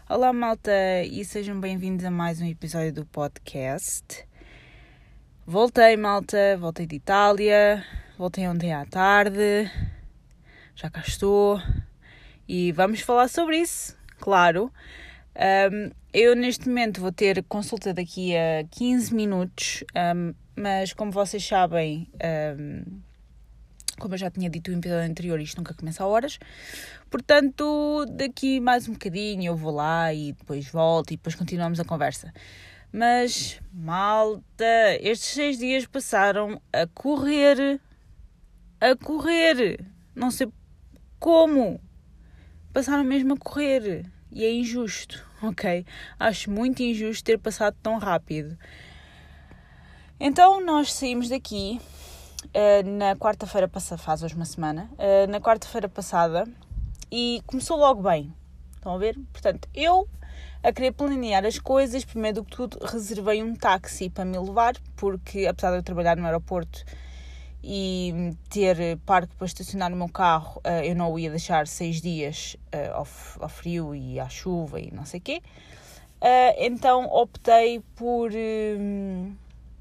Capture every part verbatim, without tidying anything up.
Olá malta e sejam bem-vindos a mais um episódio do podcast. Voltei malta, voltei de Itália, voltei ontem à tarde, já cá estou e vamos falar sobre isso, claro. Um, eu neste momento vou ter consulta daqui a quinze minutos, um, mas como vocês sabem, um, como eu já tinha dito no episódio anterior, isto nunca começa a horas, portanto daqui mais um bocadinho eu vou lá e depois volto e depois continuamos a conversa. Mas malta, estes seis dias passaram a correr, a correr, não sei como, passaram mesmo a correr. E é injusto, ok? Acho muito injusto ter passado tão rápido. Então, nós saímos daqui uh, na quarta-feira passada, faz hoje uma semana, uh, na quarta-feira passada, e começou logo bem. Estão a ver? Portanto, eu, a querer planear as coisas, primeiro do que tudo, reservei um táxi para me levar, porque apesar de eu trabalhar no aeroporto e ter parque para estacionar no meu carro, eu não o ia deixar seis dias ao, ao frio e à chuva e não sei o quê. Então optei por um,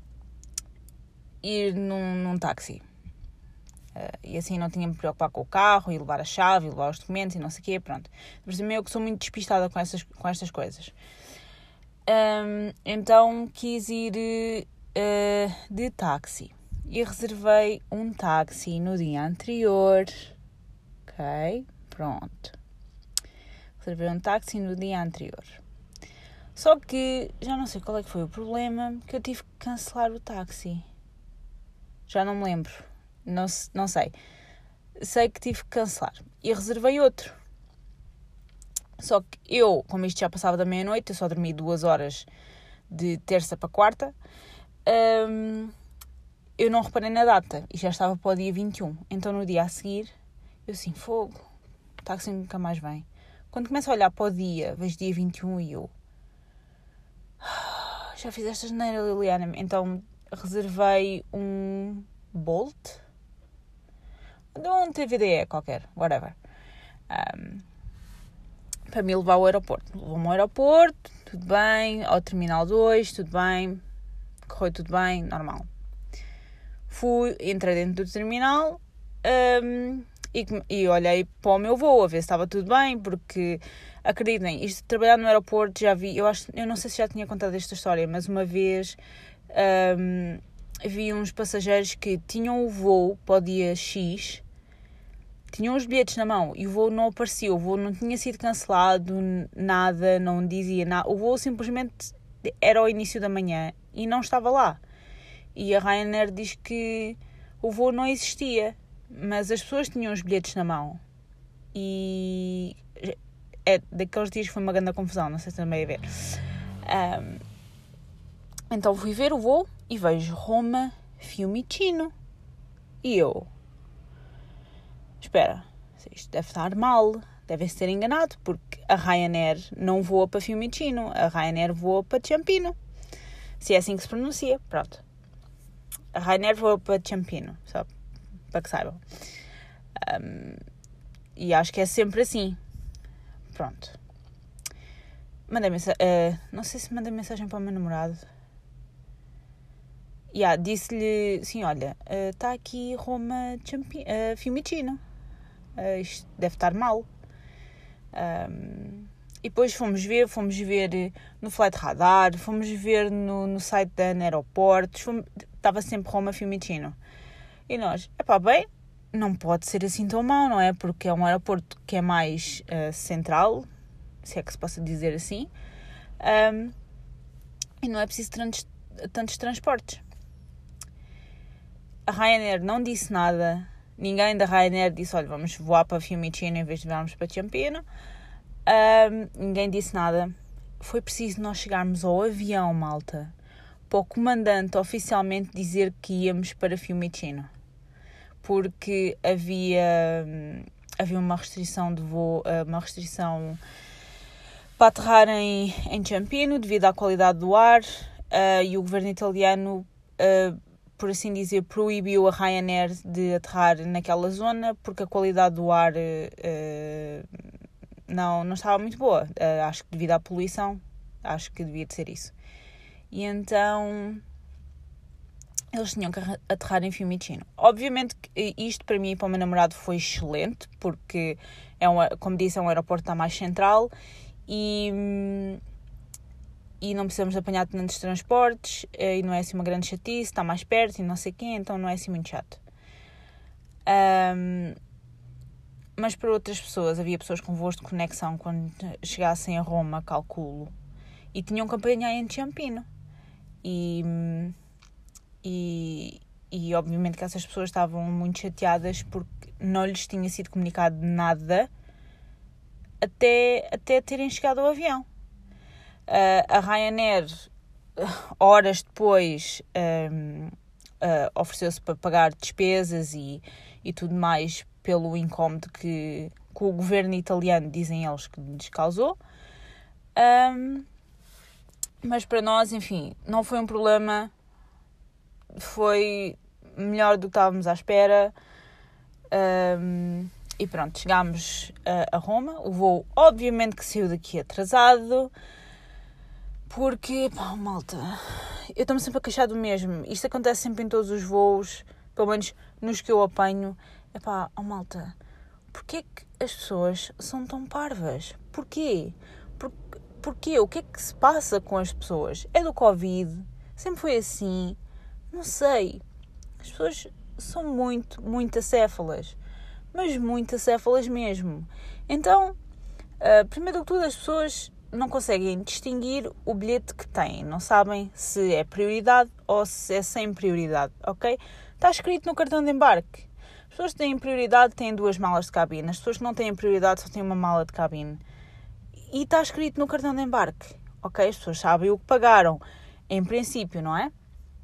ir num, num táxi. E assim não tinha de me preocupar com o carro e levar a chave e levar os documentos e não sei o quê, pronto. Por eu que sou muito despistada com, essas, com estas coisas. Um, então quis ir uh, de táxi. E reservei um táxi no dia anterior. Ok? Pronto. Reservei um táxi no dia anterior. Só que já não sei qual é que foi o problema, que eu tive que cancelar o táxi. Já não me lembro. Não, não sei. Sei que tive que cancelar. E reservei outro. Só que eu, como isto já passava da meia-noite, eu só dormi duas horas de terça para quarta. Um, Eu não reparei na data e já estava para o dia vinte e um. Então, no dia a seguir, eu assim, fogo, o táxi nunca mais vem. Quando começo a olhar para o dia, vejo dia vinte e um e eu... Já fiz esta janeira, Liliana. Então, reservei um Bolt. Um T V D E qualquer, whatever. Um, para me levar ao aeroporto. Levou-me ao aeroporto, tudo bem. Ao Terminal dois, tudo bem. Correu tudo bem, normal. Fui, entrei dentro do terminal um, e, e olhei para o meu voo a ver se estava tudo bem, porque, acreditem, isto de trabalhar no aeroporto já vi, eu, acho, eu não sei se já tinha contado esta história, mas uma vez um, vi uns passageiros que tinham o voo para o dia X, tinham os bilhetes na mão e o voo não aparecia, o voo não tinha sido cancelado, nada, não dizia nada, o voo simplesmente era ao início da manhã e não estava lá. E a Ryanair diz que o voo não existia, mas as pessoas tinham os bilhetes na mão. E é daqueles dias que foi uma grande confusão, não sei se também a ver. Um, então fui ver o voo e vejo Roma Fiumicino. E eu... Espera, isto deve estar mal, devem-se ter enganado, porque a Ryanair não voa para Fiumicino, a Ryanair voa para Ciampino. Se é assim que se pronuncia, pronto. A Ryanair voa para Ciampino, só para que saibam. Um, e acho que é sempre assim. Pronto. Mandei mensagem... Uh, não sei se mandei mensagem para o meu namorado. E yeah, disse-lhe... Sim, olha, está uh, aqui Roma Ciampi, uh, Fiumicino. Uh, isto deve estar mal. Um, e depois fomos ver, fomos ver no Flight Radar, fomos ver no, no site da Aeroportos, fomos, estava sempre Roma Fiumicino. E nós, epá, bem, não pode ser assim tão mau, não é? Porque é um aeroporto que é mais uh, central, se é que se possa dizer assim, um, e não é preciso trans, tantos transportes. A Ryanair não disse nada, ninguém da Ryanair disse, olha, vamos voar para Fiumicino em vez de voarmos para Ciampino. Um, ninguém disse nada. Foi preciso nós chegarmos ao avião, malta, para o comandante oficialmente dizer que íamos para Fiumicino, porque havia, havia uma restrição de voo, uma restrição para aterrar em, em Ciampino devido à qualidade do ar, uh, e o governo italiano, uh, por assim dizer, proibiu a Ryanair de aterrar naquela zona porque a qualidade do ar uh, não, não estava muito boa. Uh, acho que devido à poluição, acho que devia de ser isso. E então eles tinham que aterrar em Fiumicino. Obviamente que isto para mim e para o meu namorado foi excelente, porque, é um, como disse, é um aeroporto que está mais central e, e não precisamos de apanhar tantos transportes e não é assim uma grande chatice, está mais perto e não sei quem, então não é assim muito chato. Um, mas para outras pessoas, havia pessoas com voos de conexão quando chegassem a Roma, calculo, e tinham que apanhar em Ciampino. E... E, e obviamente que essas pessoas estavam muito chateadas porque não lhes tinha sido comunicado nada até, até terem chegado ao avião. Uh, a Ryanair, horas depois, um, uh, ofereceu-se para pagar despesas e, e tudo mais pelo incómodo que, que o governo italiano, dizem eles, que lhes causou. Um, mas para nós, enfim, não foi um problema. Foi melhor do que estávamos à espera. Um, e pronto, chegámos a, a Roma. O voo, obviamente, que saiu daqui atrasado. Porque, pá, malta, eu estou-me sempre a queixar do mesmo. Isto acontece sempre em todos os voos, pelo menos nos que eu apanho. É pá, oh, malta, porquê que as pessoas são tão parvas? Porquê? Por, porquê? O que é que se passa com as pessoas? É do Covid? Sempre foi assim? Não sei, as pessoas são muito, muito acéfalas, mas muito acéfalas mesmo. Então, uh, primeiro de tudo, as pessoas não conseguem distinguir o bilhete que têm, não sabem se é prioridade ou se é sem prioridade, ok? Está escrito no cartão de embarque. As pessoas que têm prioridade têm duas malas de cabine, as pessoas que não têm prioridade só têm uma mala de cabine. E está escrito no cartão de embarque, ok? As pessoas sabem o que pagaram, em princípio, não é?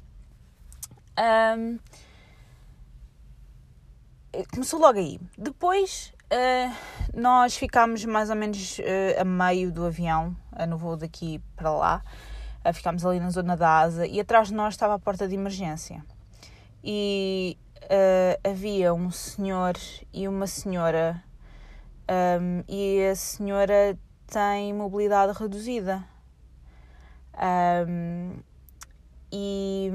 Um, começou logo aí. Depois uh, nós ficámos mais ou menos uh, a meio do avião, uh, no voo daqui para lá. Uh, ficámos ali na zona da asa e atrás de nós estava a porta de emergência. E uh, havia um senhor e uma senhora, um, e a senhora tem mobilidade reduzida. Um, e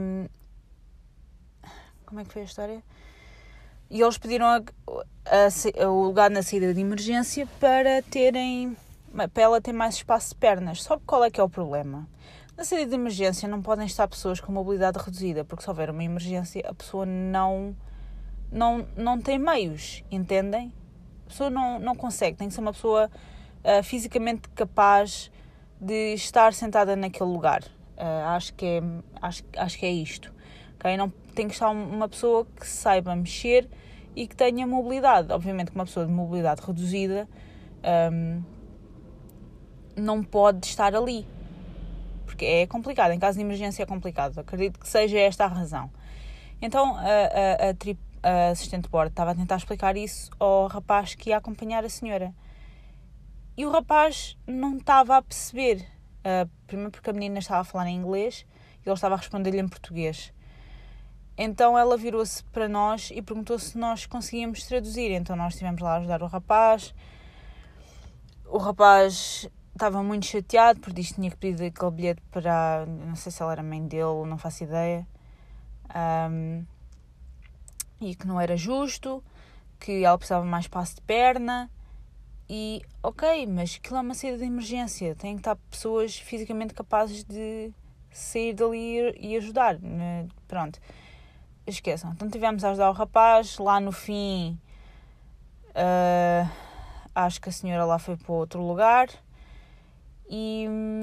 como é que foi a história? E eles pediram a, a, a, o lugar na saída de emergência para terem, para ela ter mais espaço de pernas. Só que qual é que é o problema? Na saída de emergência não podem estar pessoas com mobilidade reduzida, porque se houver uma emergência a pessoa não, não, não tem meios, entendem? A pessoa não, não consegue, tem que ser uma pessoa uh, fisicamente capaz de estar sentada naquele lugar. Uh, acho, que é, acho, acho que é isto. Okay? Não, tem que estar uma pessoa que saiba mexer e que tenha mobilidade. Obviamente que uma pessoa de mobilidade reduzida um, não pode estar ali. Porque é complicado. Em caso de emergência é complicado. Acredito que seja esta a razão. Então a, a, a, tri, a assistente de bordo estava a tentar explicar isso ao rapaz que ia acompanhar a senhora. E o rapaz não estava a perceber. Uh, primeiro porque a menina estava a falar em inglês e ele estava a responder-lhe em português. Então ela virou-se para nós e perguntou se nós conseguíamos traduzir. Então nós estivemos lá a ajudar o rapaz. O rapaz estava muito chateado porque disse que tinha que pedir aquele bilhete para... Não sei se ela era mãe dele, não faço ideia. Um, e que não era justo, que ela precisava de mais espaço de perna. E, ok, mas aquilo é uma saída de emergência. Tem que estar pessoas fisicamente capazes de sair dali e ajudar. Né? Pronto. Esqueçam. Então tivemos a ajudar o rapaz. Lá no fim, uh, acho que a senhora lá foi para outro lugar. E,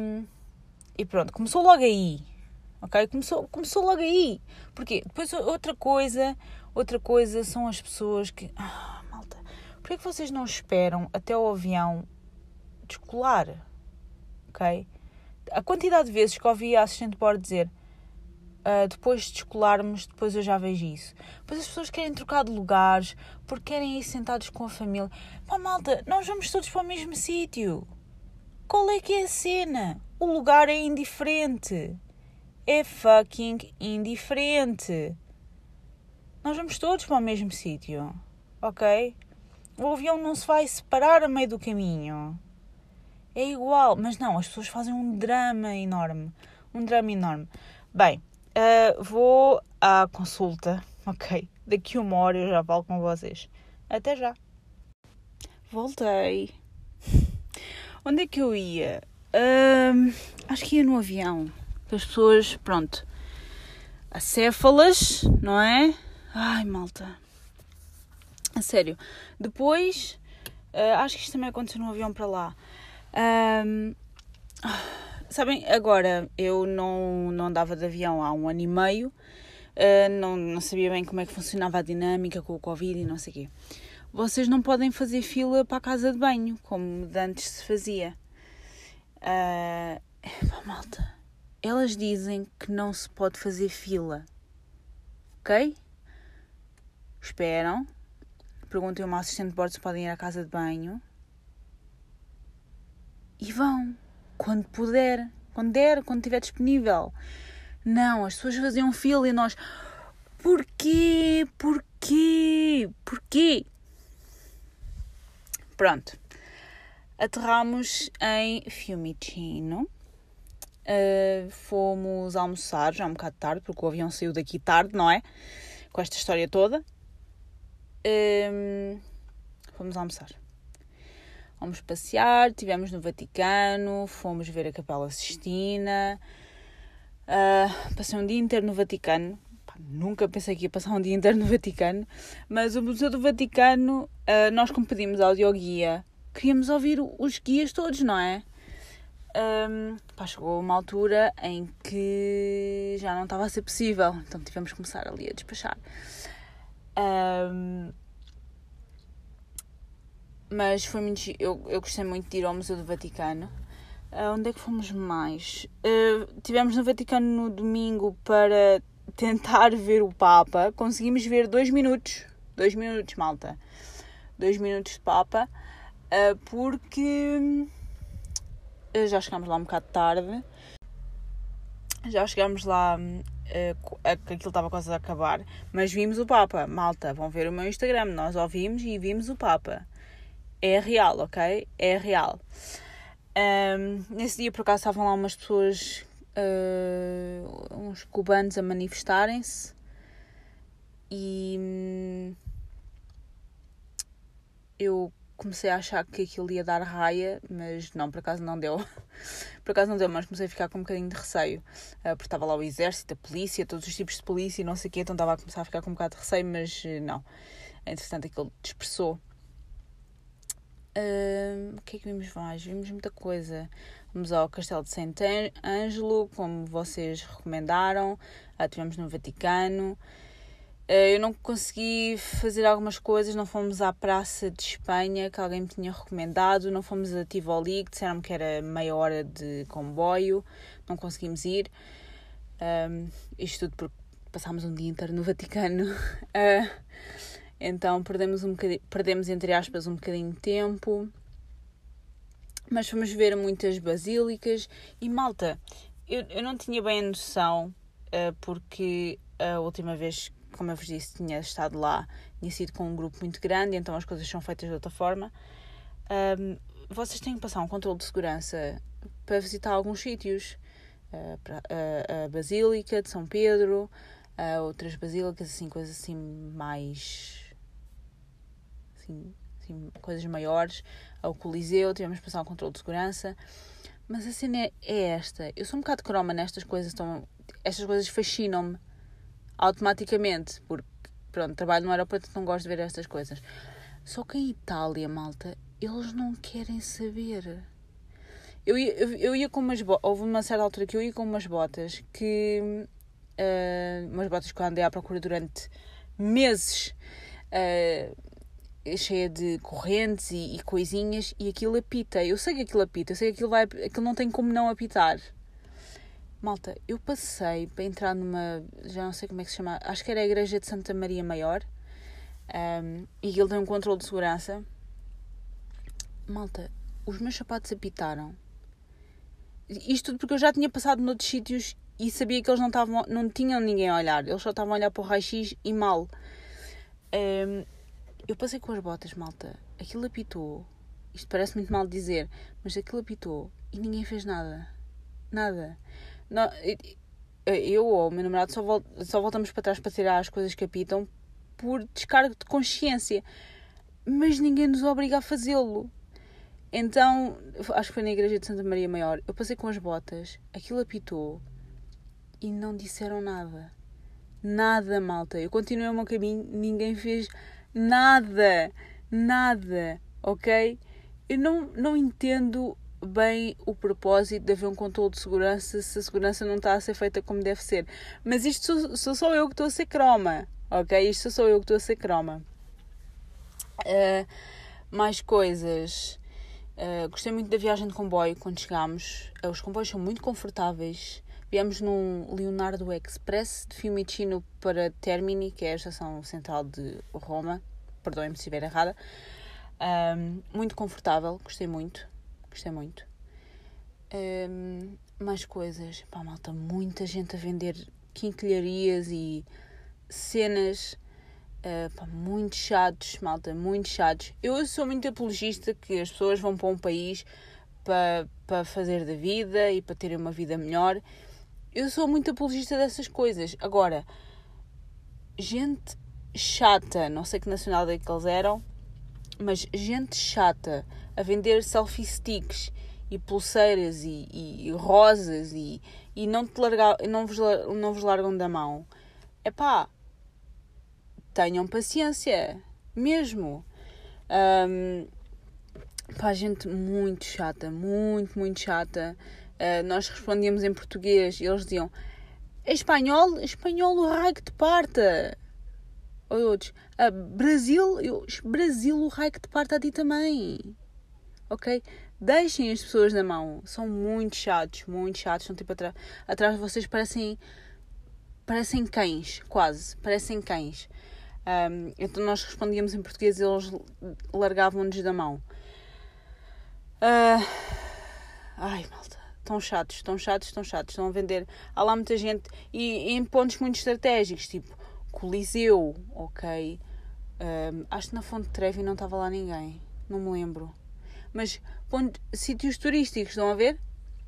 e pronto. Começou logo aí. Ok? Começou, começou logo aí. Porquê? Depois outra coisa, outra coisa são as pessoas que... Ah, malta. Porquê é que vocês não esperam até o avião descolar? Ok? A quantidade de vezes que ouvi a assistente de bordo dizer uh, depois de descolarmos, depois eu já vejo isso. Depois as pessoas querem trocar de lugares porque querem ir sentados com a família. Pá, malta, nós vamos todos para o mesmo sítio. Qual é que é a cena? O lugar é indiferente. É fucking indiferente. Nós vamos todos para o mesmo sítio. Ok? O avião não se vai separar a meio do caminho. É igual. Mas não, as pessoas fazem um drama enorme. Um drama enorme. Bem, uh, vou à consulta. Ok. Daqui uma hora eu já falo com vocês. Até já. Voltei. Onde é que eu ia? Uh, acho que ia no avião. As pessoas, pronto, acéfalas, não é? Ai, malta. A sério. Depois, uh, acho que isto também aconteceu no avião para lá. Um, sabem, agora eu não, não andava de avião há um ano e meio. Uh, não, não sabia bem como é que funcionava a dinâmica com o Covid e não sei o quê. Vocês não podem fazer fila para a casa de banho, como de antes se fazia. Uh, epá, malta, elas dizem que não se pode fazer fila, ok? Esperam, perguntem a uma assistente de bordo se podem ir à casa de banho e vão, quando puder, quando der, quando estiver disponível. Não, as pessoas faziam fila e nós, porquê, porquê, porquê? Pronto. Aterramos em Fiumicino, uh, fomos almoçar já um bocado tarde, porque o avião saiu daqui tarde, não é? Com esta história toda. Um, fomos almoçar. Fomos passear, estivemos no Vaticano, fomos ver a Capela Sistina. Uh, passei um dia inteiro no Vaticano. Pá, nunca pensei que ia passar um dia inteiro no Vaticano, mas o Museu do Vaticano, uh, nós como pedimos audioguia, queríamos ouvir os guias todos, não é? Um, pá, chegou uma altura em que já não estava a ser possível, então tivemos que começar ali a despachar. Um, mas foi muito... Eu, eu gostei muito de ir ao Museu do Vaticano. Uh, onde é que fomos mais? Uh, estivemos no Vaticano no domingo para tentar ver o Papa. Conseguimos ver dois minutos. Dois minutos, malta. Dois minutos de Papa. Uh, porque uh, já chegámos lá um bocado tarde. Já chegámos lá uh, a, que aquilo estava quase a acabar. Mas vimos o Papa. Malta, vão ver o meu Instagram. Nós ouvimos e vimos o Papa. É real, ok? É real. Um, nesse dia, por acaso, estavam lá umas pessoas, uh, uns cubanos a manifestarem-se e hum, eu comecei a achar que aquilo ia dar raia, mas não, por acaso não deu. Por acaso não deu, mas comecei a ficar com um bocadinho de receio, uh, porque estava lá o exército, a polícia, todos os tipos de polícia e não sei o quê, então estava a começar a ficar com um bocado de receio, mas uh, não. Entretanto, aquilo dispersou. Uh, o que é que vimos mais? Vimos muita coisa. Vamos ao Castelo de Santo Ângelo, como vocês recomendaram. Uh, estivemos no Vaticano. Uh, eu não consegui fazer algumas coisas. Não fomos à Praça de Espanha, que alguém me tinha recomendado. Não fomos a Tivoli, que disseram que era meia hora de comboio. Não conseguimos ir. Uh, isto tudo porque passámos um dia inteiro no Vaticano. Uh, Então perdemos, um bocadinho, perdemos, entre aspas, um bocadinho de tempo. Mas fomos ver muitas basílicas. E, malta, eu, eu não tinha bem a noção, uh, porque a última vez, como eu vos disse, tinha estado lá, tinha sido com um grupo muito grande, então as coisas são feitas de outra forma. Um, vocês têm que passar um controle de segurança para visitar alguns sítios. Uh, para, uh, a Basílica de São Pedro, uh, outras basílicas, assim, coisas assim mais... Assim, assim, coisas maiores, ao Coliseu, tivemos que passar um controle de segurança, mas a cena é, é esta, eu sou um bocado croma nestas coisas, então, estas coisas fascinam-me automaticamente, porque, pronto, trabalho no aeroporto, não gosto de ver estas coisas, só que em Itália, malta, eles não querem saber. Eu ia, eu, eu ia com umas botas, houve uma certa altura que eu ia com umas botas, que, uh, umas botas que eu andei à procura durante meses, uh, cheia de correntes e, e coisinhas, e aquilo apita. Eu sei que aquilo apita, eu sei que aquilo, vai, aquilo não tem como não apitar. Malta, eu passei para entrar numa, já não sei como é que se chama, acho que era a Igreja de Santa Maria Maior, um, e aquilo tem um controle de segurança. Malta, os meus sapatos apitaram. Isto tudo porque eu já tinha passado noutros sítios e sabia que eles não, estavam, não tinham ninguém a olhar, eles só estavam a olhar para o raio-x e mal. Um, eu passei com as botas, malta. Aquilo apitou. Isto parece muito mal de dizer, mas aquilo apitou e ninguém fez nada. Nada. Não, eu ou o meu namorado só, vol- só voltamos para trás para tirar as coisas que apitam por descargo de consciência. Mas ninguém nos obriga a fazê-lo. Então, acho que foi na igreja de Santa Maria Maior. Eu passei com as botas, aquilo apitou e não disseram nada. Nada, malta. Eu continuei o meu caminho, ninguém fez nada. Nada. Ok? Eu não, não entendo bem o propósito de haver um controle de segurança se a segurança não está a ser feita como deve ser. Mas isto sou, sou só eu que estou a ser croma. Ok? Isto sou só eu que estou a ser croma. Uh, mais coisas. Uh, gostei muito da viagem de comboio quando chegámos. Uh, os comboios são muito confortáveis. Viemos num Leonardo Express de Fiumicino para Termini, que é a estação central de Roma. Perdoem-me se estiver errada. Um, muito confortável, gostei muito. Gostei muito. Um, mais coisas. Pá, malta, muita gente a vender quinquilharias e cenas. Uh, pá, muito chatos, malta, muito chatos. Eu sou muito apologista que as pessoas vão para um país para, para fazer da vida e para terem uma vida melhor. Eu sou muito apologista dessas coisas. Agora, gente chata, não sei que nacionalidade é que eles eram, mas gente chata a vender selfie sticks e pulseiras e, e, e rosas e, e não, te largar, não, vos, não vos largam da mão. Epá, tenham paciência, mesmo. Um, pá, gente muito chata, muito, muito chata. Uh, nós respondíamos em português e eles diziam: espanhol, espanhol o raio que te parta. Ou outros: uh, Brasil, eu, Brasil o raio que te parta a ti também. Ok? Deixem as pessoas na mão. São muito chatos, muito chatos. São tipo atrás, atrás de vocês, parecem, parecem cães, quase. Parecem cães. Um, então nós respondíamos em português e eles largavam-nos da mão. Uh, ai, malta. Tão chatos, tão chatos, tão chatos. Estão a vender. Há lá muita gente. E, e em pontos muito estratégicos, tipo Coliseu, ok. Um, acho que na Fonte Trevi não estava lá ninguém. Não me lembro. Mas ponto, sítios turísticos, estão a ver?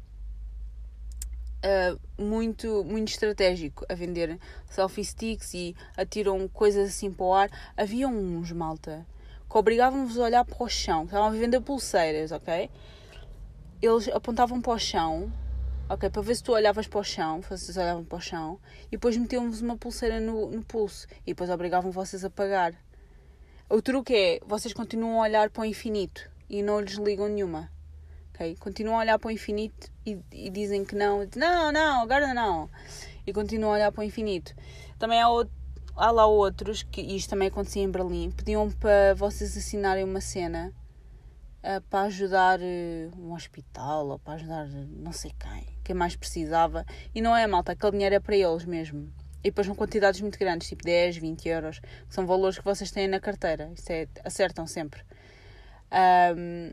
Uh, muito, muito estratégico a vender selfie sticks e atiram coisas assim para o ar. Havia uns, malta, que obrigavam-vos a olhar para o chão. Estavam a vender pulseiras, ok? Eles apontavam para o chão, ok? Para ver se tu olhavas para o chão, vocês olhavam para o chão, e depois metiam-vos uma pulseira no, no pulso e depois obrigavam vocês a pagar. O truque é, vocês continuam a olhar para o infinito e não lhes ligam nenhuma. Okay? Continuam a olhar para o infinito e, e dizem que não. Não, não, agora não. E continuam a olhar para o infinito. Também há, outro, há lá outros, que isto também acontecia em Berlim, pediam para vocês assinarem uma cena uh, para ajudar uh, um hospital ou para ajudar uh, não sei quem, quem mais precisava. E não é, malta, aquele dinheiro é para eles mesmo. E depois são quantidades muito grandes, tipo dez, vinte euros, que são valores que vocês têm na carteira. Isso é, acertam sempre. Um,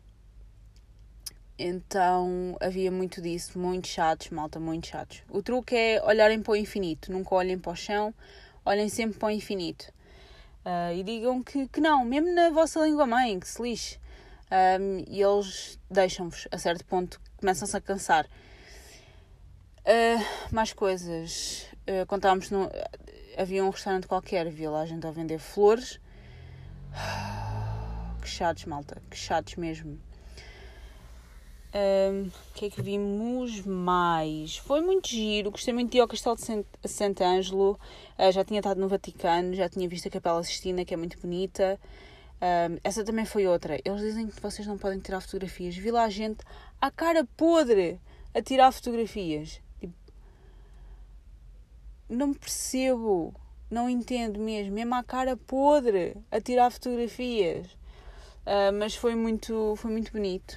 Então havia muito disso, muito chatos, malta, muito chatos. O truque é olharem para o infinito, nunca olhem para o chão, olhem sempre para o infinito. Uh, e digam que, que não, mesmo na vossa língua mãe, que se lixe. Um, e eles deixam-vos, a certo ponto, começam-se a cansar. Uh, mais coisas. Uh, quando estávamos no, havia um restaurante qualquer, havia lá a gente a vender flores. Que chatos, malta, que chatos mesmo. O um, que é que vimos mais? Foi muito giro, gostei muito de ir ao Castelo de Sant'Angelo, uh, já tinha estado no Vaticano, já tinha visto a Capela Sistina, que é muito bonita. Um, essa também foi outra. Eles dizem que vocês não podem tirar fotografias. Vi lá a gente à cara podre a tirar fotografias. Tipo, não percebo, não entendo mesmo, mesmo à cara podre a tirar fotografias. Uh, mas foi muito, foi muito bonito.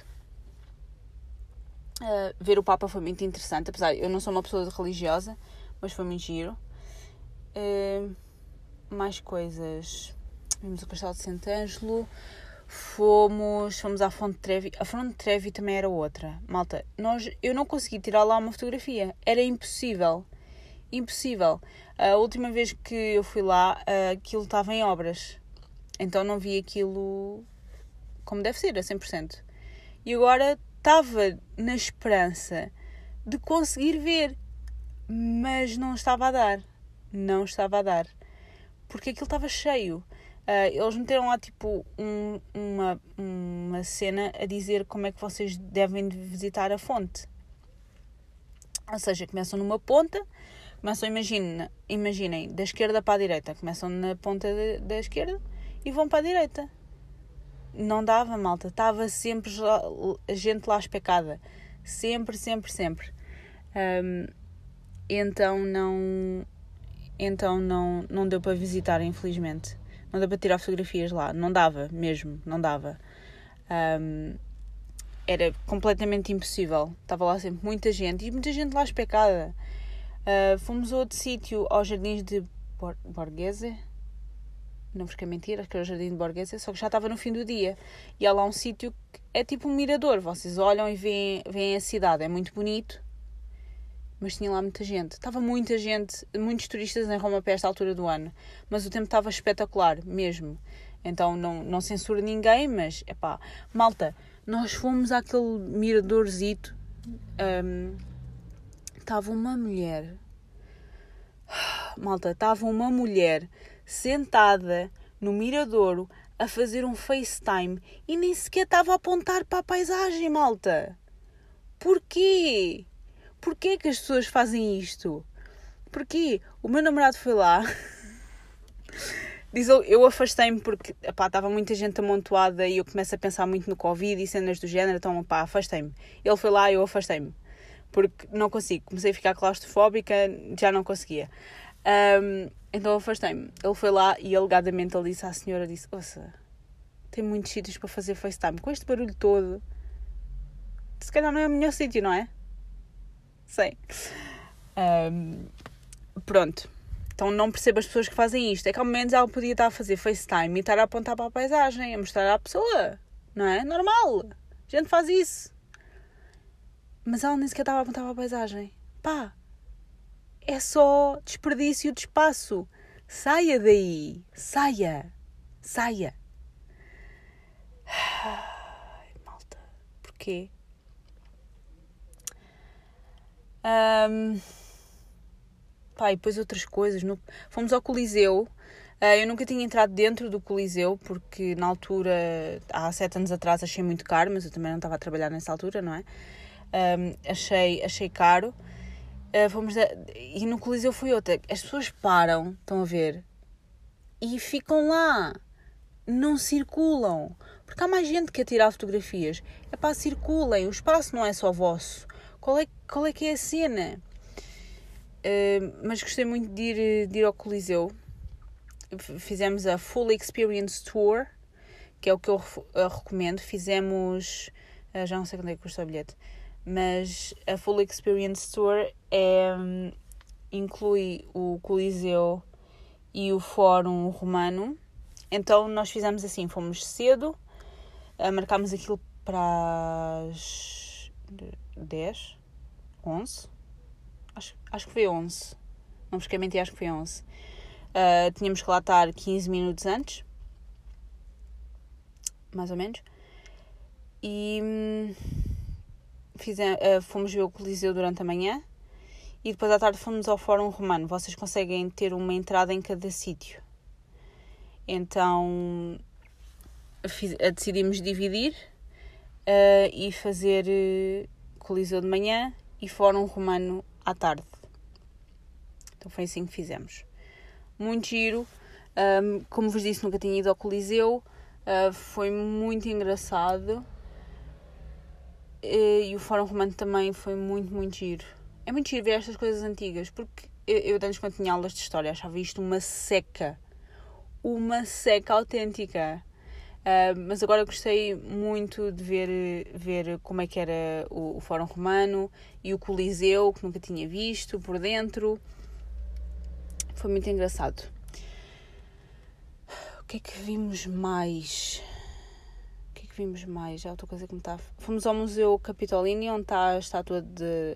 Uh, ver o Papa foi muito interessante, apesar de eu não sou uma pessoa religiosa, mas foi muito giro. Uh, mais coisas. Vimos o Castelo de Sant'Angelo, fomos, fomos à Fonte Trevi. A Fonte Trevi também era outra. Malta, nós, eu não consegui tirar lá uma fotografia. Era impossível. Impossível. A última vez que eu fui lá, uh, aquilo estava em obras. então não vi aquilo como deve ser, a cem por cento. E agora estava na esperança de conseguir ver, mas não estava a dar. Não estava a dar. Porque aquilo estava cheio. Uh, eles meteram lá tipo um, uma, uma cena a dizer como é que vocês devem visitar a fonte. Ou seja, começam numa ponta, começam, imagine, imaginem, da esquerda para a direita. Começam na ponta de, da esquerda e vão para a direita. Não dava, malta. Estava sempre a gente lá especada. Sempre, sempre, sempre. Um, então não... Então não, não deu para visitar, infelizmente. Não deu para tirar fotografias lá. Não dava, mesmo. Não dava. Um, era completamente impossível. Estava lá sempre muita gente. E muita gente lá especada. Uh, fomos a outro sítio, aos Jardins de Bor- Borghese. Não vos quero mentir, acho que era o Jardim de Borghese. Só que já estava no fim do dia. E há lá um sítio que é tipo um mirador. Vocês olham e veem, veem a cidade. É muito bonito. Mas tinha lá muita gente. Estava muita gente, muitos turistas em Roma para esta altura do ano. Mas o tempo estava espetacular, mesmo. Então não, não censuro ninguém, mas, epá, malta, nós fomos àquele miradorzito. Um, estava uma mulher... Malta, estava uma mulher sentada no miradouro a fazer um FaceTime e nem sequer estava a apontar para a paisagem, malta. Porquê? Porquê que as pessoas fazem isto? Porquê? O meu namorado foi lá. Diz ele, eu afastei-me porque epá, estava muita gente amontoada e eu começo a pensar muito no Covid e cenas do género, então epá, afastei-me. Ele foi lá e eu afastei-me. Porque não consigo. Comecei a ficar claustrofóbica, já não conseguia. Um, então afastei-me. Ele foi lá e alegadamente ele disse à senhora, disse, ouça, tem muitos sítios para fazer FaceTime. Com este barulho todo, se calhar não é o melhor sítio, não é? Sei. Um, pronto. Então não percebo as pessoas que fazem isto. É que ao menos ela podia estar a fazer FaceTime e estar a apontar para a paisagem, a mostrar à pessoa. Não é? Normal. A gente faz isso. Mas ela nem sequer estava a apontar para a paisagem. Pá. É só desperdício de espaço. Saia daí. Saia. Saia. Ai, malta. Porquê? Um, pá, e depois outras coisas. No, fomos ao Coliseu. Uh, eu nunca tinha entrado dentro do Coliseu porque na altura, há sete anos atrás, achei muito caro, mas eu também não estava a trabalhar nessa altura, não é? Um, achei, achei caro. Uh, fomos a, e no Coliseu foi outra. As pessoas param, estão a ver, e ficam lá. Não circulam. Porque há mais gente que quer tirar fotografias. É pá, circulem. O espaço não é só vosso. Qual é, qual é que é a cena? Uh, mas gostei muito de ir, de ir ao Coliseu. Fizemos a Full Experience Tour, que é o que eu uh, recomendo. Fizemos... Uh, já não sei quanto é que custa o bilhete. Mas a Full Experience Tour é, um, inclui o Coliseu e o Fórum Romano. Então nós fizemos assim, fomos cedo, uh, marcámos aquilo para as dez, onze, acho, acho que foi onze, não vos quero mentir, acho que foi onze. Uh, tínhamos que lá estar quinze minutos antes, mais ou menos, e hum, fizemos, uh, fomos ver o Coliseu durante a manhã e depois à tarde fomos ao Fórum Romano. Vocês conseguem ter uma entrada em cada sítio. Então fiz, decidimos dividir uh, e fazer uh, Coliseu de manhã e Fórum Romano à tarde. Então foi assim que fizemos. Muito giro. Um, como vos disse, nunca tinha ido ao Coliseu. Uh, foi muito engraçado. Uh, e o Fórum Romano também foi muito, muito giro. É muito giro ver estas coisas antigas, porque eu, eu antes, quando tinha aulas de história, achava isto uma seca. Uma seca autêntica. Uh, mas agora gostei muito de ver, ver como é que era o, o Fórum Romano e o Coliseu, que nunca tinha visto por dentro. Foi muito engraçado. O que é que vimos mais? O que é que vimos mais? Já outra coisa que me está... Fomos ao Museu Capitolini, onde está a estátua de,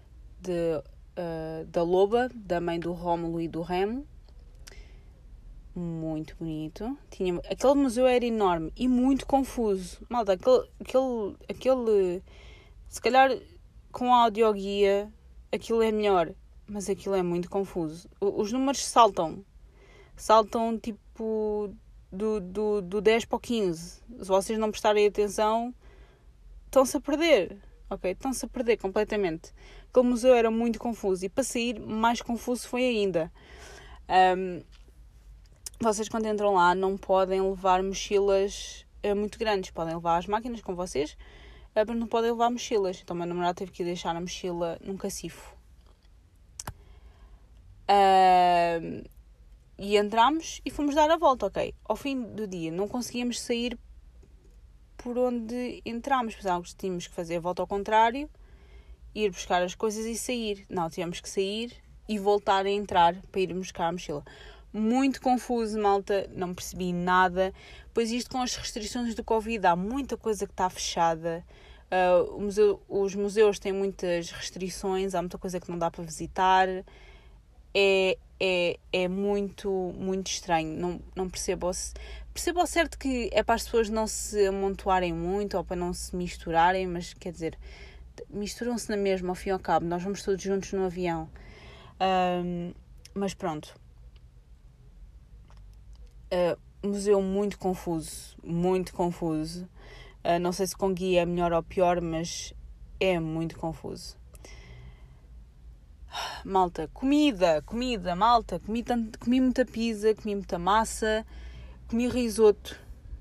de, uh, da Loba, da mãe do Rómulo e do Remo. muito bonito. Tinha, aquele museu era enorme e muito confuso. Malta, aquele, aquele, aquele se calhar com a audioguia aquilo é melhor, mas aquilo é muito confuso. Os números saltam. Saltam tipo do, do, do dez para o quinze. Se vocês não prestarem atenção, estão-se a perder. Ok? Estão-se a perder completamente. Aquele museu era muito confuso e para sair mais confuso foi ainda. Um, vocês quando entram lá não podem levar mochilas uh, muito grandes. Podem levar as máquinas com vocês, uh, mas não podem levar mochilas. Então o meu namorado teve que deixar a mochila num cacifo. Uh, e entramos e fomos dar a volta, ok? Ao fim do dia não conseguíamos sair por onde entramos. Pensávamos que tínhamos que fazer a volta ao contrário, ir buscar as coisas e sair. Não, tivemos que sair e voltar a entrar para ir buscar a mochila. Muito confuso, malta, não percebi nada. Pois isto com as restrições do Covid, há muita coisa que está fechada. Uh, o museu, os museus têm muitas restrições, há muita coisa que não dá para visitar. É, é, é muito, muito estranho. Não, não percebo, se, percebo ao certo que é para as pessoas não se amontoarem muito ou para não se misturarem, mas quer dizer, misturam-se na mesma, ao fim e ao cabo. Nós vamos todos juntos no avião. Um, mas pronto. Uh, museu muito confuso. Muito confuso. Uh, não sei se com guia é melhor ou pior, mas é muito confuso. Malta, comida, comida, malta. Comi, tanto, comi muita pizza, comi muita massa, comi risoto,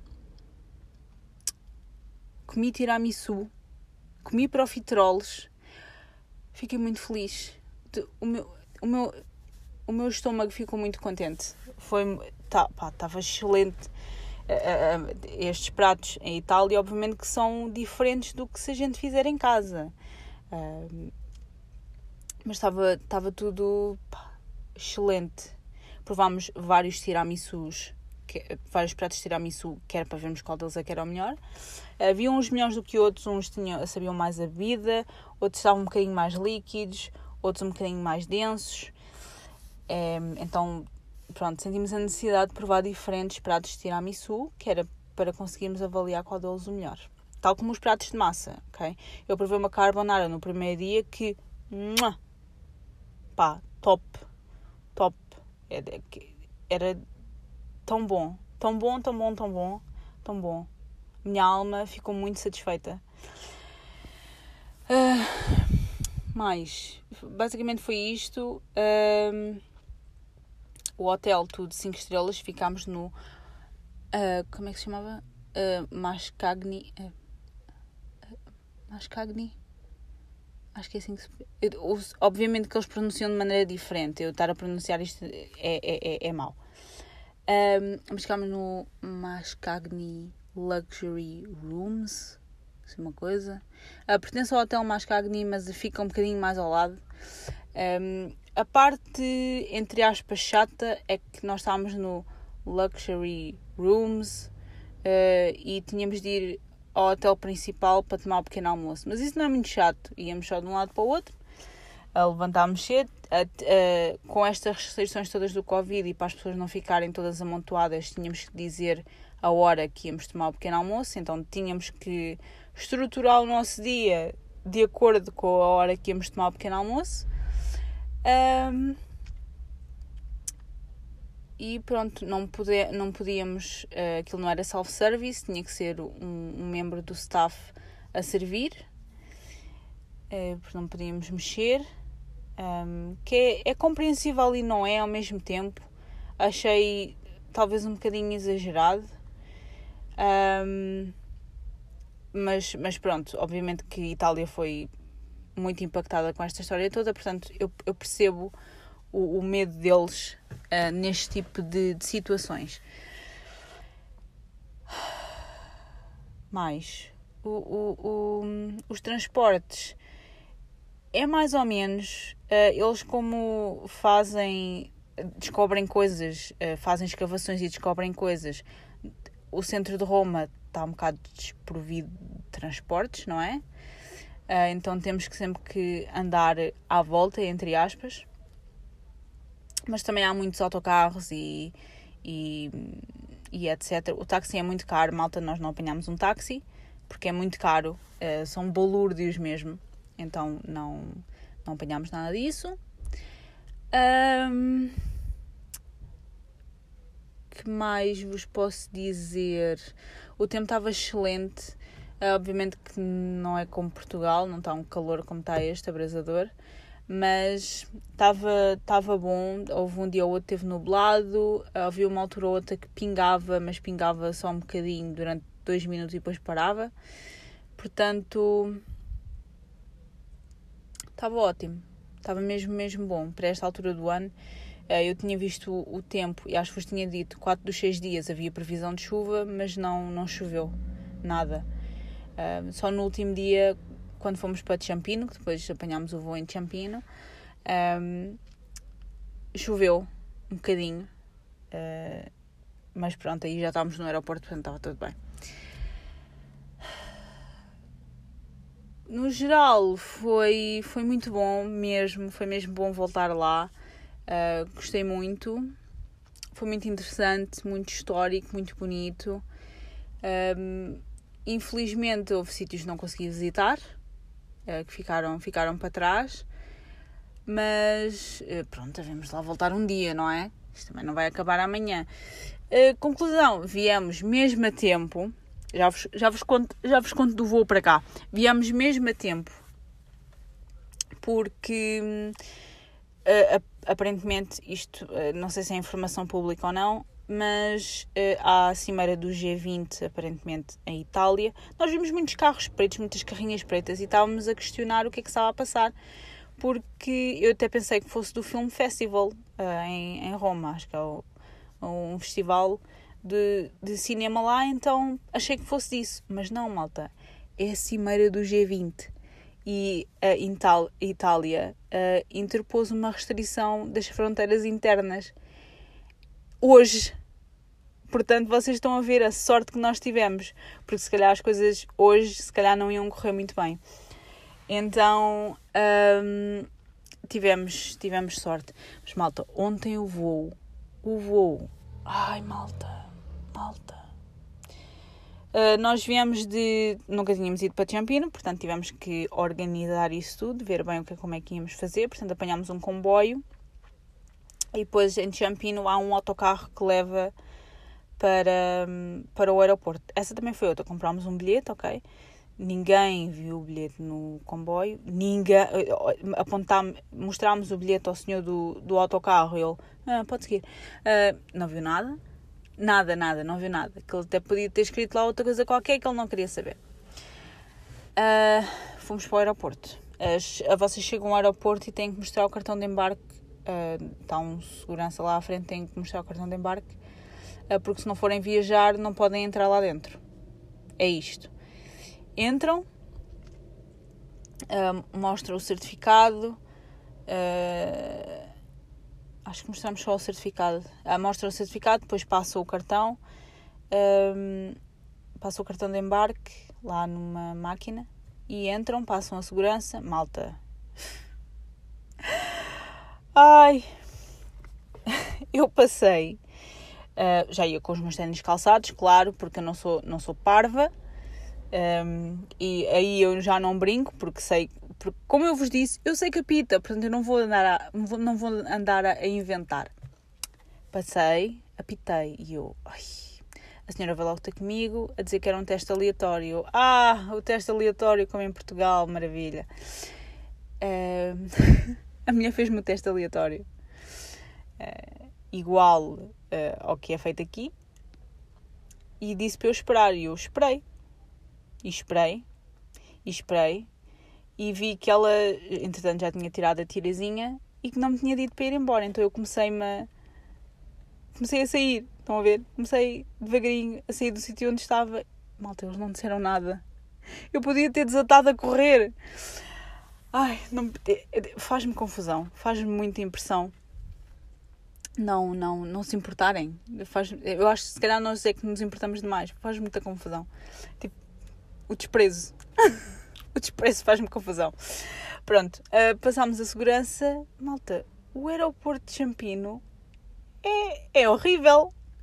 comi tiramisu, comi profiteroles. Fiquei muito feliz. O meu, o meu, o meu estômago ficou muito contente. Foi, tá, pá, estava excelente. Uh, uh, estes pratos em Itália, obviamente que são diferentes do que se a gente fizer em casa. Uh, mas estava, estava tudo, pá, excelente. Provámos vários tiramisus, que, vários pratos de tiramisu, que era para vermos qual deles é que era o melhor. Havia uns melhores do que outros, uns tinham, sabiam mais a bebida, outros estavam um bocadinho mais líquidos, outros um bocadinho mais densos. É, então, pronto, sentimos a necessidade de provar diferentes pratos de tiramisu, que era para conseguirmos avaliar qual deles o melhor. Tal como os pratos de massa, ok? Eu provei uma carbonara no primeiro dia que, muah, pá, top, top. Era, era tão bom, tão bom, tão bom, tão bom, tão bom. Minha alma ficou muito satisfeita. Uh, mas, basicamente foi isto. Uh, o hotel, tudo cinco estrelas, ficámos no... Uh, como é que se chamava? Uh, Mascagni... Uh, Mascagni? Acho que é assim que se... Eu, obviamente que eles pronunciam de maneira diferente. Eu estar a pronunciar isto é, é, é, é mau. Um, mas ficámos no Mascagni Luxury Rooms, se é uma coisa. Uh, pertence ao Hotel Mascagni, mas fica um bocadinho mais ao lado. Um, a parte, entre aspas, chata é que nós estávamos no Luxury Rooms uh, e tínhamos de ir ao hotel principal para tomar um pequeno almoço. Mas isso não é muito chato. Íamos só de um lado para o outro, a levantarmos cedo, a, a, com estas restrições todas do Covid e para as pessoas não ficarem todas amontoadas, tínhamos que dizer a hora que íamos tomar o pequeno almoço, então tínhamos que estruturar o nosso dia de acordo com a hora que íamos tomar o pequeno almoço. Um, e pronto, não, poder, não podíamos, uh, aquilo não era self-service, tinha que ser um, um membro do staff a servir, uh, porque não podíamos mexer. Um, que é, é compreensível e não é ao mesmo tempo. Achei talvez um bocadinho exagerado, um, mas, mas pronto, obviamente que Itália foi muito impactada com esta história toda, portanto eu, eu percebo o, o medo deles uh, neste tipo de, de situações. Mais o, o, o, os transportes é mais ou menos, uh, eles como fazem, descobrem coisas, uh, fazem escavações e descobrem coisas. O centro de Roma está um bocado desprovido de transportes, não é? Uh, então temos que sempre que andar à volta, entre aspas. Mas também há muitos autocarros e, e, e etcétera. O táxi é muito caro, malta, nós não apanhámos um táxi, porque é muito caro, uh, são balúrdios mesmo, então não, não apanhámos nada disso. Um, que mais vos posso dizer? O tempo estava excelente, uh, obviamente que não é como Portugal, não está um calor como está este abrasador, mas estava, estava bom. Houve um dia ou outro teve nublado, havia uma altura ou outra que pingava, mas pingava só um bocadinho durante dois minutos e depois parava, portanto estava ótimo, estava mesmo, mesmo bom para esta altura do ano. Eu tinha visto o tempo e acho que vos tinha dito, quatro dos seis dias havia previsão de chuva, mas não, não choveu nada. Uh, só no último dia, quando fomos para Ciampino, que depois apanhámos o voo em Ciampino, um, choveu um bocadinho, uh, mas pronto, aí já estávamos no aeroporto, portanto estava tudo bem. No geral, foi, foi muito bom mesmo, foi mesmo bom voltar lá. Uh, gostei muito, foi muito interessante, muito histórico, muito bonito. Um, infelizmente houve sítios que não consegui visitar, uh, que ficaram, ficaram para trás, mas uh, pronto, devemos lá voltar um dia, não é? Isto também não vai acabar amanhã. Uh, conclusão, viemos mesmo a tempo, já vos, já, vos conto, já vos conto do voo para cá, viemos mesmo a tempo, porque... Uh, aparentemente isto, uh, não sei se é informação pública ou não, mas uh, há a cimeira do G vinte aparentemente em Itália. Nós vimos muitos carros pretos, muitas carrinhas pretas e estávamos a questionar o que é que estava a passar, porque eu até pensei que fosse do Film Festival uh, em, em Roma, acho que é o, um festival de, de cinema lá, então achei que fosse disso, mas não, malta, é a cimeira do G vinte. E a Intal- Itália uh, interpôs uma restrição das fronteiras internas hoje. Portanto, vocês estão a ver a sorte que nós tivemos, porque se calhar as coisas hoje se calhar não iam correr muito bem. Então um, tivemos, tivemos sorte. Mas malta, ontem o voo, o voo, ai malta, malta. Uh, nós viemos de... Nunca tínhamos ido para Ciampino, portanto tivemos que organizar isso tudo, ver bem o que, como é que íamos fazer. Portanto apanhámos um comboio e depois em Ciampino há um autocarro que leva para, para o aeroporto. Essa também foi outra. Comprámos um bilhete, ok? Ninguém viu o bilhete no comboio. Ninguém... Apontámos, mostrámos o bilhete ao senhor do, do autocarro e ele... Ah, pode seguir. Uh, não viu nada. Nada, nada, não viu nada. Que ele até podia ter escrito lá outra coisa qualquer que ele não queria saber. Uh, fomos para o aeroporto. As, a vocês chegam ao aeroporto e têm que mostrar o cartão de embarque. Uh, está um segurança lá à frente, têm que mostrar o cartão de embarque. Uh, porque se não forem viajar, não podem entrar lá dentro. É isto. Entram, uh, mostram o certificado. Uh, Acho que mostramos só o certificado. Ah, mostra o certificado, depois passa o cartão. Um, passa o cartão de embarque lá numa máquina. E entram, passam a segurança. Malta. Ai. Eu passei. Uh, já ia com os meus ténis calçados, claro, porque eu não sou, não sou parva. Um, e aí eu já não brinco, porque sei... Porque, como eu vos disse, eu sei que apita, portanto eu não vou andar a, não vou andar a inventar. Passei, apitei e eu... Ai, a senhora veio logo ter comigo a dizer que era um teste aleatório. Ah, o teste aleatório como em Portugal, maravilha. Uh, a mulher fez-me o teste aleatório. Uh, igual uh, ao que é feito aqui. E disse para eu esperar. E eu esperei. E esperei. E esperei. E vi que ela, entretanto, já tinha tirado a tirazinha e que não me tinha dito para ir embora. Então eu comecei-me a... Comecei a sair, estão a ver? Comecei devagarinho a sair do sítio onde estava. Malta, eles não disseram nada. Eu podia ter desatado a correr. Ai, não... faz-me confusão. Faz-me muita impressão. Não, não, não se importarem. Faz... Eu acho que se calhar nós é que nos importamos demais. Faz muita confusão. Tipo, o desprezo. O desprezo faz-me confusão. Pronto, uh, passámos a segurança. Malta, o aeroporto de Ciampino é, é horrível.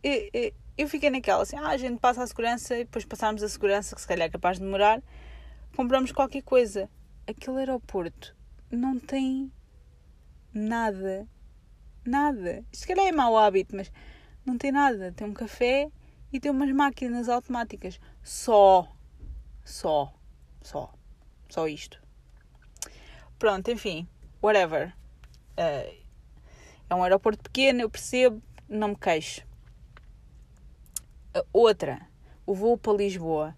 eu, eu, eu fiquei naquela assim, ah, a gente passa a segurança e depois passarmos a segurança, que se calhar é capaz de demorar, compramos qualquer coisa. Aquele aeroporto não tem nada, nada. Isto se calhar é mau hábito, mas não tem nada. Tem um café e tem umas máquinas automáticas. Só, só, só, só isto. Pronto, enfim, whatever. Uh, é um aeroporto pequeno, eu percebo, não me queixo. Uh, outra, o voo para Lisboa.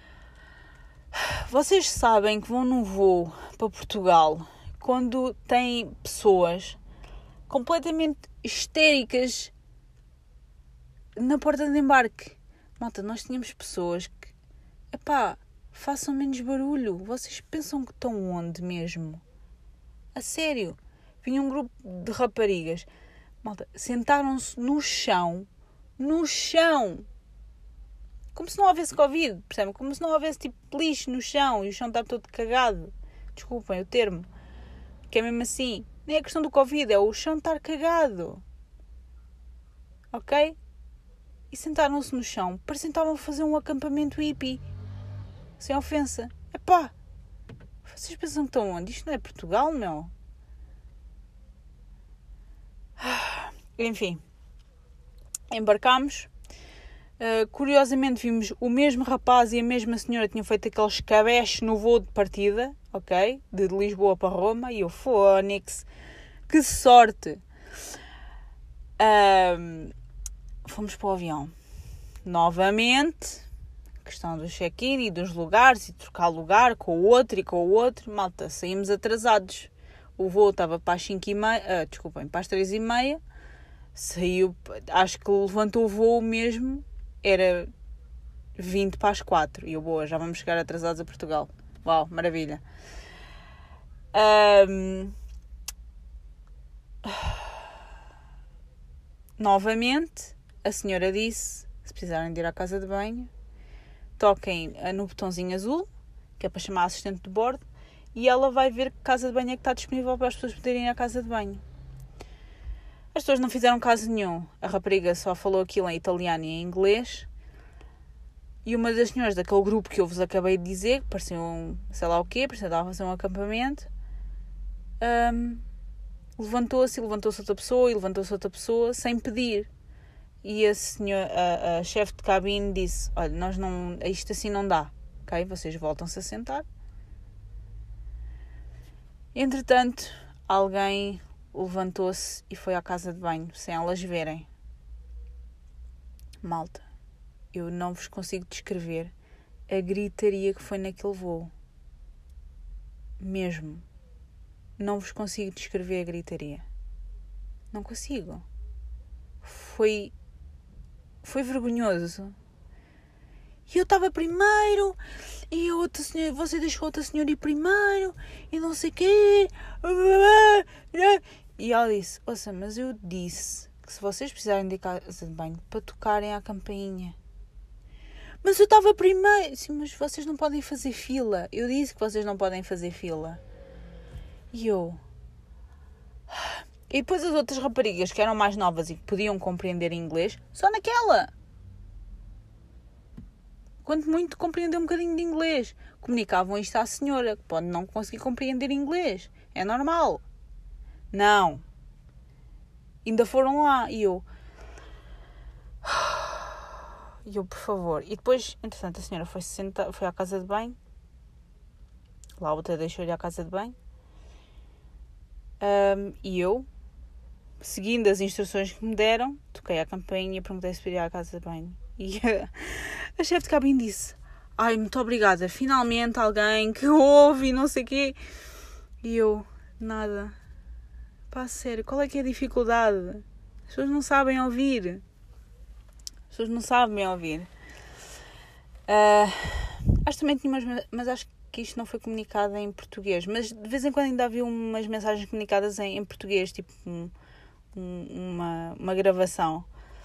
Vocês sabem que vão num voo para Portugal quando têm pessoas completamente histéricas na porta de embarque. Malta, nós tínhamos pessoas que, epá, façam menos barulho. Vocês pensam que estão onde mesmo? A sério. Vinha um grupo de raparigas. Malta, sentaram-se no chão. No chão. Como se não houvesse Covid, percebem? Como se não houvesse tipo lixo no chão e o chão está todo cagado. Desculpem o termo. Que é mesmo assim. Nem é questão do Covid, é o chão estar cagado. Ok? E sentaram-se no chão. Parecem que estavam a fazer um acampamento hippie. Sem ofensa. Epá! Vocês pensam que estão onde? Isto não é Portugal, meu? Enfim. Embarcámos. Uh, curiosamente vimos o mesmo rapaz e a mesma senhora tinham feito aquele escabeche no voo de partida, ok? De Lisboa para Roma. E eu, Fónix, que sorte! Uh, fomos para o avião. Novamente, questão do check-in e dos lugares, e trocar lugar com o outro e com o outro. Malta, saímos atrasados. O voo estava para as cinco e meia, uh, desculpem, para as três e meia. Saiu, acho que levantou o voo mesmo. Era vinte para as quatro. E eu, boa, já vamos chegar atrasados a Portugal. Uau, maravilha. Um... Novamente, a senhora disse, se precisarem de ir à casa de banho, toquem no botãozinho azul, que é para chamar a assistente de bordo, e ela vai ver que casa de banho é que está disponível para as pessoas poderem ir à casa de banho. As pessoas não fizeram caso nenhum. A rapariga só falou aquilo em italiano e em inglês. E uma das senhoras daquele grupo que eu vos acabei de dizer, que parecia um, sei lá o quê, parecia que estava a fazer um acampamento, um, levantou-se e levantou-se outra pessoa e levantou-se outra pessoa sem pedir. E a, senhora, a, a chefe de cabine disse, olha, nós não, isto assim não dá, ok? Vocês voltam-se a sentar. Entretanto, alguém levantou-se e foi à casa de banho, sem elas verem. Malta, eu não vos consigo descrever a gritaria que foi naquele voo. Mesmo. Não vos consigo descrever a gritaria. Não consigo. Foi... Foi vergonhoso. E eu estava primeiro, e a outra senhora, você deixou a outra senhora ir primeiro, e não sei o quê. E ela disse, ouça, mas eu disse que se vocês precisarem de casa de banho, para tocarem à campainha. Mas eu estava primeiro. Sim, mas vocês não podem fazer fila. Eu disse que vocês não podem fazer fila. E eu... E depois as outras raparigas que eram mais novas e que podiam compreender inglês, só naquela. Quanto muito compreender um bocadinho de inglês. Comunicavam isto à senhora, que pode não conseguir compreender inglês. É normal. Não. Ainda foram lá. E eu... E eu, por favor. E depois, entretanto, a senhora foi, sentar, foi à casa de banho. Lá a outra deixou-lhe à casa de banho. Um, e eu, seguindo as instruções que me deram, toquei a campainha e perguntei se podia ir à casa de banho. E a, a chefe de cabine disse, ai, muito obrigada, finalmente alguém que ouve e não sei o quê. E eu, nada. Pá, sério, qual é que é a dificuldade? As pessoas não sabem ouvir. As pessoas não sabem ouvir. Uh, acho que também tinha umas, mas acho que isto não foi comunicado em português. Mas de vez em quando ainda havia umas mensagens comunicadas em, em português, tipo um, um, uma, uma gravação.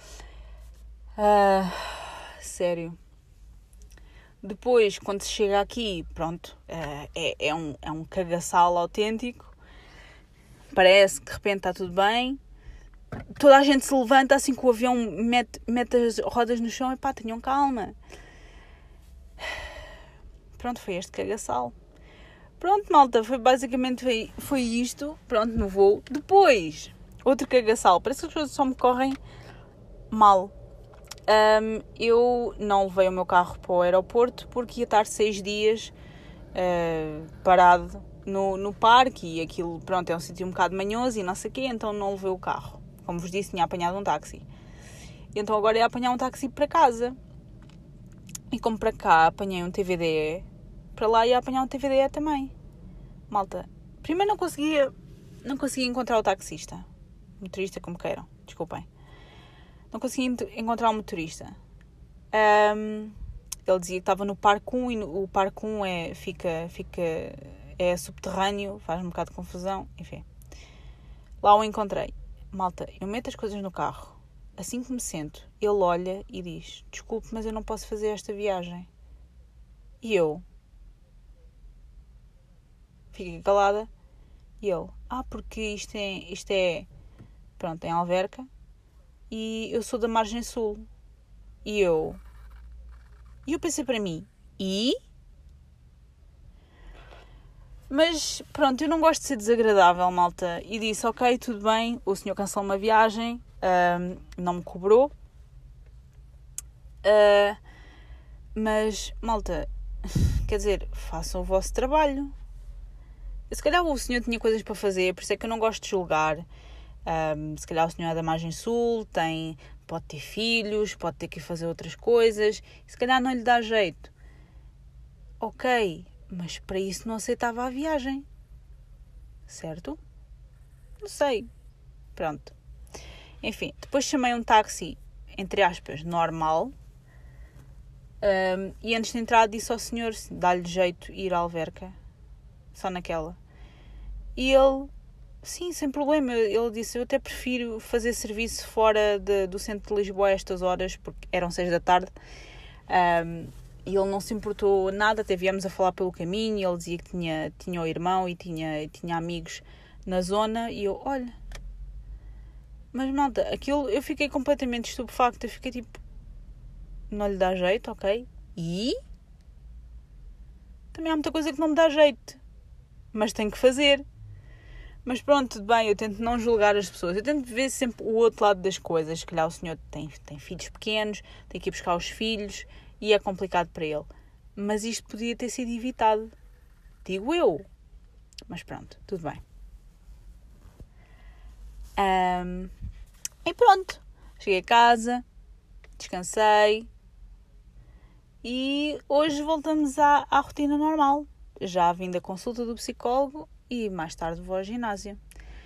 Uh, sério. Depois, quando se chega aqui, pronto, uh, é, é, um, é um cagaçal autêntico. Parece que de repente está tudo bem. toda a gente se levanta assim que o avião mete, mete as rodas no chão. E pá, tenham calma. Pronto, foi este cagaçal. Pronto, malta, foi basicamente foi, foi isto. Pronto, no voo. Depois, outro cagaçal. Parece que as coisas só me correm mal. Um, eu não levei o meu carro para o aeroporto porque ia estar seis dias uh, parado no, no parque e aquilo, pronto, é um sítio um bocado manhoso e não sei o quê, então não levei o carro. Como vos disse, tinha apanhado um táxi. E então agora ia apanhar um táxi para casa. E como para cá apanhei um T V D E, para lá ia apanhar um T V D E também. Malta, primeiro não conseguia, não conseguia encontrar o taxista. Motorista, como queiram, desculpem. Não conseguia encontrar um motorista. Um, ele dizia que estava no Parque um e no, o Parque um é, fica, fica, é subterrâneo, faz um bocado de confusão, enfim. Lá o encontrei. Malta, eu meto as coisas no carro. Assim que me sento, ele olha e diz: desculpe, mas eu não posso fazer esta viagem. E eu fiquei calada. E ele: ah, porque isto é, isto é pronto, em Alverca. E eu sou da margem sul. E eu... E eu pensei para mim... E? Mas, pronto, eu não gosto de ser desagradável, malta. E disse, ok, tudo bem. O senhor cancelou uma viagem. Um, não me cobrou. Uh, mas, malta... Quer dizer, façam o vosso trabalho. Se calhar o senhor tinha coisas para fazer. Por isso é que eu não gosto de julgar. Um, se calhar o senhor é da margem sul, tem, pode ter filhos, pode ter que ir fazer outras coisas, se calhar não lhe dá jeito. Ok, mas para isso não aceitava a viagem. Certo? Não sei. Pronto. Enfim, depois chamei um táxi, entre aspas, normal. Um, e antes de entrar disse ao senhor, dá-lhe jeito ir à Alverca. Só naquela. E ele... Sim, sem problema. Ele disse, eu até prefiro fazer serviço fora de, do centro de Lisboa a estas horas, porque eram seis da tarde. Um, e ele não se importou nada, até viemos a falar pelo caminho. Ele dizia que tinha, tinha o irmão e tinha, tinha amigos na zona. E eu, olha... Mas, malta, aquilo... Eu fiquei completamente estupefacta. Eu fiquei tipo... Não lhe dá jeito, ok? E? Também há muita coisa que não me dá jeito. Mas tenho que fazer. Mas pronto, tudo bem, eu tento não julgar as pessoas. Eu tento ver sempre o outro lado das coisas. Se calhar o senhor tem, tem filhos pequenos, tem que ir buscar os filhos e é complicado para ele. Mas isto podia ter sido evitado. Digo eu. Mas pronto, tudo bem. Um, e pronto. Cheguei a casa, descansei e hoje voltamos à, à rotina normal. Já vim da consulta do psicólogo e mais tarde vou ao ginásio.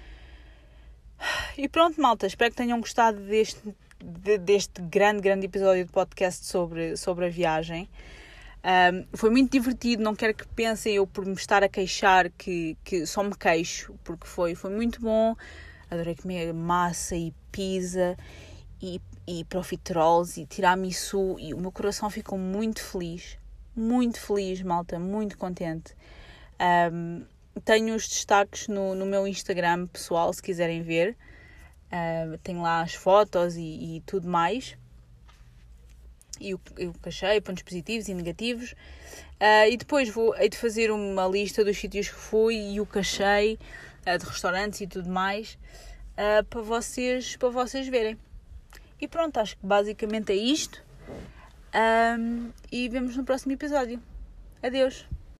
E pronto, malta, espero que tenham gostado deste, de, deste grande, grande episódio de podcast sobre, sobre a viagem. Um, foi muito divertido, não quero que pensem eu por me estar a queixar que, que só me queixo, porque foi, foi muito bom. Adorei comer massa e pizza e, e profiteroles e tiramisu e o meu coração ficou muito feliz, muito feliz, malta, muito contente. Um, Tenho os destaques no, no meu Instagram pessoal, se quiserem ver. Uh, tenho lá as fotos e, e tudo mais. E o que achei, pontos positivos e negativos. Uh, e depois vou hei de fazer uma lista dos sítios que fui e o que achei, uh, de restaurantes e tudo mais, uh, para vocês, para vocês verem. E pronto, acho que basicamente é isto. Um, e vemos no próximo episódio. Adeus!